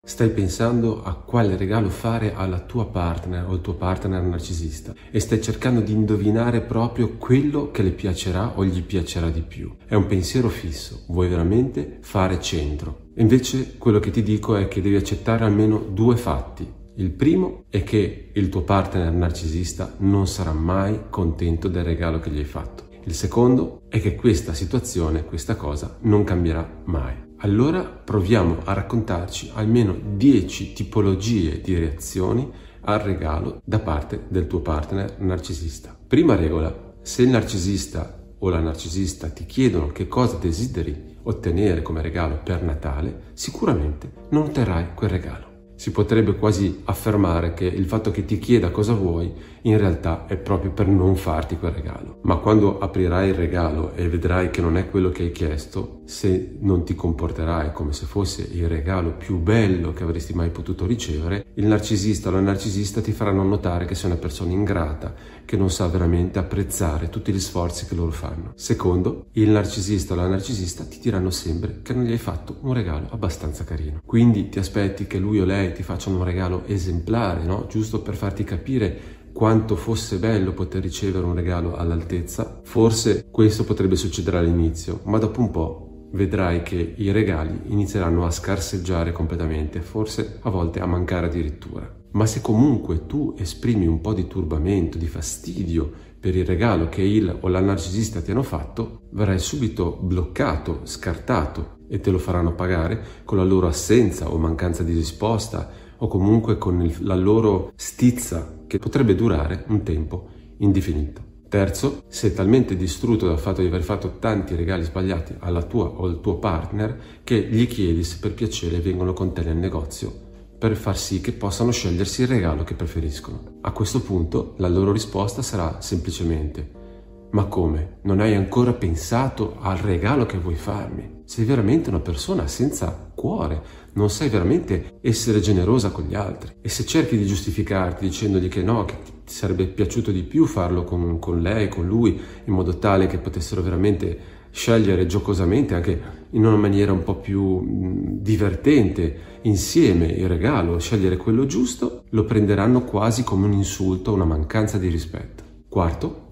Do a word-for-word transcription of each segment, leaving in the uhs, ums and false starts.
Stai pensando a quale regalo fare alla tua partner o al tuo partner narcisista e stai cercando di indovinare proprio quello che le piacerà o gli piacerà di più. È un pensiero fisso, vuoi veramente fare centro. Invece quello che ti dico è che devi accettare almeno due fatti. Il primo è che il tuo partner narcisista non sarà mai contento del regalo che gli hai fatto. Il secondo è che questa situazione, questa cosa, non cambierà mai. Allora proviamo a raccontarci almeno dieci tipologie di reazioni al regalo da parte del tuo partner narcisista. Prima regola: se il narcisista o la narcisista ti chiedono che cosa desideri ottenere come regalo per Natale, sicuramente non otterrai quel regalo. Si potrebbe quasi affermare che il fatto che ti chieda cosa vuoi in realtà è proprio per non farti quel regalo. Ma quando aprirai il regalo e vedrai che non è quello che hai chiesto, se non ti comporterai come se fosse il regalo più bello che avresti mai potuto ricevere, il narcisista o la narcisista ti faranno notare che sei una persona ingrata, che non sa veramente apprezzare tutti gli sforzi che loro fanno. Secondo, il narcisista o la narcisista ti diranno sempre che non gli hai fatto un regalo abbastanza carino. Quindi ti aspetti che lui o lei ti facciano un regalo esemplare, no? Giusto per farti capire quanto fosse bello poter ricevere un regalo all'altezza. Forse questo potrebbe succedere all'inizio, ma dopo un po' vedrai che i regali inizieranno a scarseggiare completamente, forse a volte a mancare addirittura. Ma se comunque tu esprimi un po' di turbamento, di fastidio per il regalo che il o la narcisista ti hanno fatto, verrai subito bloccato, scartato, e te lo faranno pagare con la loro assenza o mancanza di risposta, o comunque con il, la loro stizza, che potrebbe durare un tempo indefinito. Terzo, sei talmente distrutto dal fatto di aver fatto tanti regali sbagliati alla tua o al tuo partner che gli chiedi se per piacere vengono con te nel negozio per far sì che possano scegliersi il regalo che preferiscono. A questo punto la loro risposta sarà semplicemente: ma come? Non hai ancora pensato al regalo che vuoi farmi? Sei veramente una persona senza cuore, non sai veramente essere generosa con gli altri. E se cerchi di giustificarti dicendogli che no, che ti sarebbe piaciuto di più farlo con, con lei, con lui, in modo tale che potessero veramente scegliere giocosamente, anche in una maniera un po' più mh, divertente, insieme il regalo, scegliere quello giusto, lo prenderanno quasi come un insulto, una mancanza di rispetto. Quarto,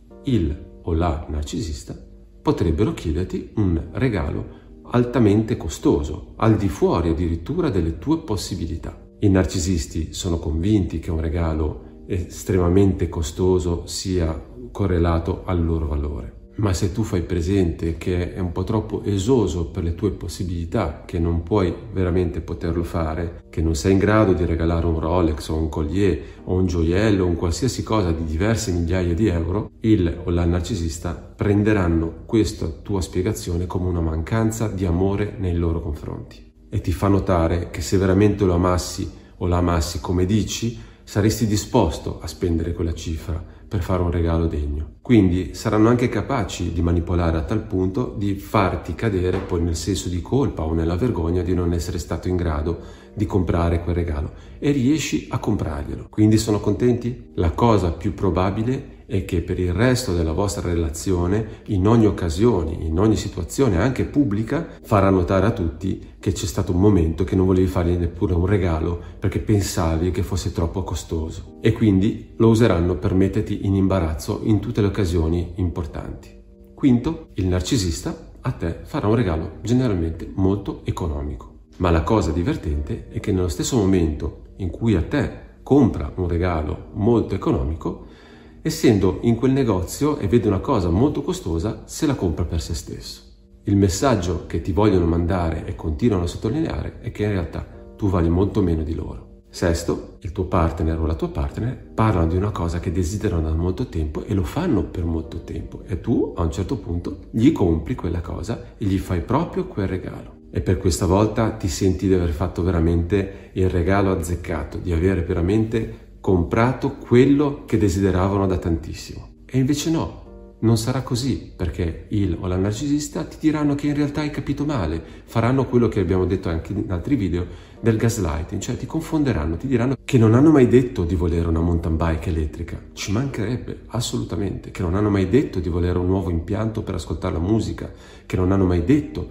il o la narcisista potrebbero chiederti un regalo altamente costoso, al di fuori addirittura delle tue possibilità. I narcisisti sono convinti che un regalo estremamente costoso sia correlato al loro valore. Ma se tu fai presente che è un po' troppo esoso per le tue possibilità, che non puoi veramente poterlo fare, che non sei in grado di regalare un Rolex o un collier o un gioiello o un qualsiasi cosa di diverse migliaia di euro, il o la narcisista prenderanno questa tua spiegazione come una mancanza di amore nei loro confronti. E ti fa notare che se veramente lo amassi o la amassi come dici, saresti disposto a spendere quella cifra per fare un regalo degno. Quindi saranno anche capaci di manipolare a tal punto di farti cadere poi nel senso di colpa o nella vergogna di non essere stato in grado di comprare quel regalo, e riesci a comprarglielo. Quindi sono contenti? La cosa più probabile è che per il resto della vostra relazione, in ogni occasione, in ogni situazione anche pubblica, farà notare a tutti che c'è stato un momento che non volevi fargli neppure un regalo perché pensavi che fosse troppo costoso, e quindi lo useranno per metterti in imbarazzo in tutte le occasioni importanti. Quinto, il narcisista a te farà un regalo generalmente molto economico. Ma la cosa divertente è che nello stesso momento in cui a te compra un regalo molto economico, essendo in quel negozio e vede una cosa molto costosa, se la compra per se stesso. Il messaggio che ti vogliono mandare e continuano a sottolineare è che in realtà tu vali molto meno di loro. Sesto, il tuo partner o la tua partner parlano di una cosa che desiderano da molto tempo e lo fanno per molto tempo, e tu a un certo punto gli compri quella cosa e gli fai proprio quel regalo. E per questa volta ti senti di aver fatto veramente il regalo azzeccato, di avere veramente comprato quello che desideravano da tantissimo. E invece no, non sarà così, perché il o la narcisista ti diranno che in realtà hai capito male, faranno quello che abbiamo detto anche in altri video del gaslighting, cioè ti confonderanno, ti diranno che non hanno mai detto di volere una mountain bike elettrica, ci mancherebbe assolutamente, che non hanno mai detto di volere un nuovo impianto per ascoltare la musica, che non hanno mai detto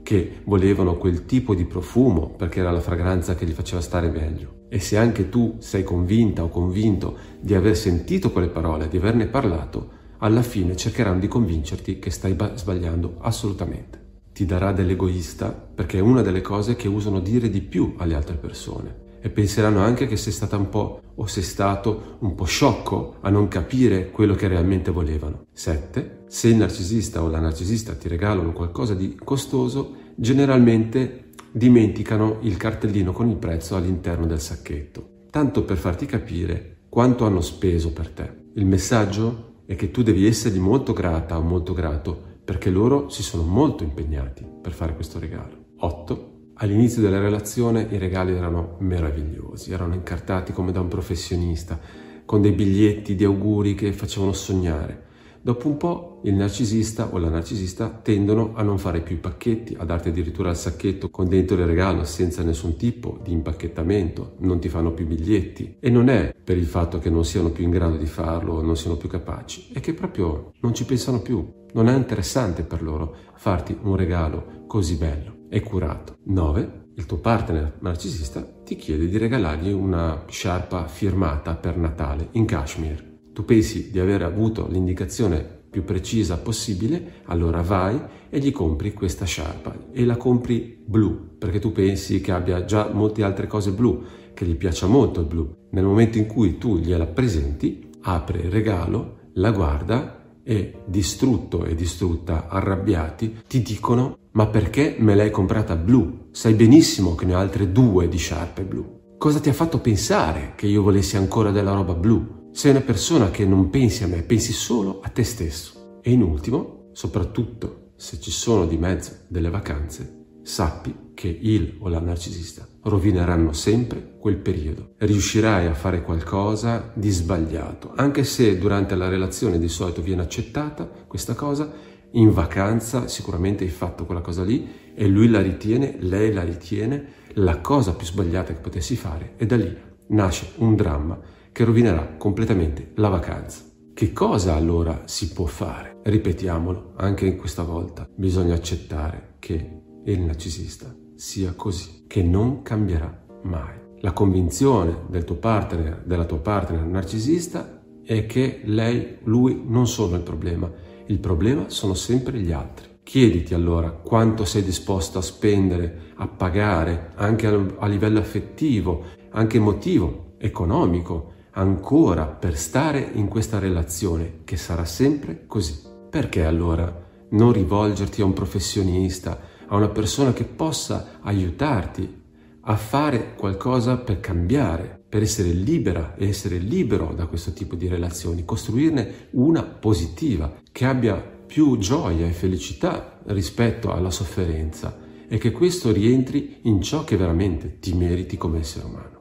che volevano quel tipo di profumo perché era la fragranza che li faceva stare meglio. E se anche tu sei convinta o convinto di aver sentito quelle parole, di averne parlato, alla fine cercheranno di convincerti che stai sbagliando assolutamente. Ti darà dell'egoista perché è una delle cose che usano dire di più alle altre persone. E penseranno anche che sei stata un po' o sei stato un po' sciocco a non capire quello che realmente volevano. sette. Se il narcisista o la narcisista ti regalano qualcosa di costoso, generalmente dimenticano il cartellino con il prezzo all'interno del sacchetto, tanto per farti capire quanto hanno speso per te. Il messaggio è che tu devi essergli molto grata o molto grato perché loro si sono molto impegnati per fare questo regalo. otto. All'inizio della relazione i regali erano meravigliosi, erano incartati come da un professionista, con dei biglietti di auguri che facevano sognare. Dopo un po' il narcisista o la narcisista tendono a non fare più i pacchetti, a darti addirittura il sacchetto con dentro il regalo senza nessun tipo di impacchettamento, non ti fanno più biglietti. E non è per il fatto che non siano più in grado di farlo o non siano più capaci, è che proprio non ci pensano più. Non è interessante per loro farti un regalo così bello e curato. nove. Il tuo partner narcisista ti chiede di regalargli una sciarpa firmata per Natale in cashmere. Tu pensi di aver avuto l'indicazione più precisa possibile, allora vai e gli compri questa sciarpa e la compri blu, perché tu pensi che abbia già molte altre cose blu, che gli piaccia molto il blu. Nel momento in cui tu gliela presenti, apre il regalo, la guarda e distrutto e distrutta, arrabbiati, ti dicono: ma perché me l'hai comprata blu? Sai benissimo che ne ho altre due di sciarpe blu. Cosa ti ha fatto pensare che io volessi ancora della roba blu? Sei una persona che non pensi a me, pensi solo a te stesso. E in ultimo, soprattutto se ci sono di mezzo delle vacanze, sappi che il o la narcisista rovineranno sempre quel periodo. Riuscirai a fare qualcosa di sbagliato, anche se durante la relazione di solito viene accettata questa cosa. In vacanza sicuramente hai fatto quella cosa lì e lui la ritiene, lei la ritiene la cosa più sbagliata che potessi fare, e da lì nasce un dramma che rovinerà completamente la vacanza. Che cosa allora si può fare? Ripetiamolo anche in questa volta, bisogna accettare che il narcisista sia così, che non cambierà mai. La convinzione del tuo partner, della tua partner narcisista, è che lei, lui non sono il problema. Il problema sono sempre gli altri. Chiediti allora quanto sei disposto a spendere, a pagare, anche a livello affettivo, anche emotivo, economico, ancora per stare in questa relazione che sarà sempre così. Perché allora non rivolgerti a un professionista, a una persona che possa aiutarti a fare qualcosa per cambiare, per essere libera e essere libero da questo tipo di relazioni, costruirne una positiva, che abbia più gioia e felicità rispetto alla sofferenza, e che questo rientri in ciò che veramente ti meriti come essere umano.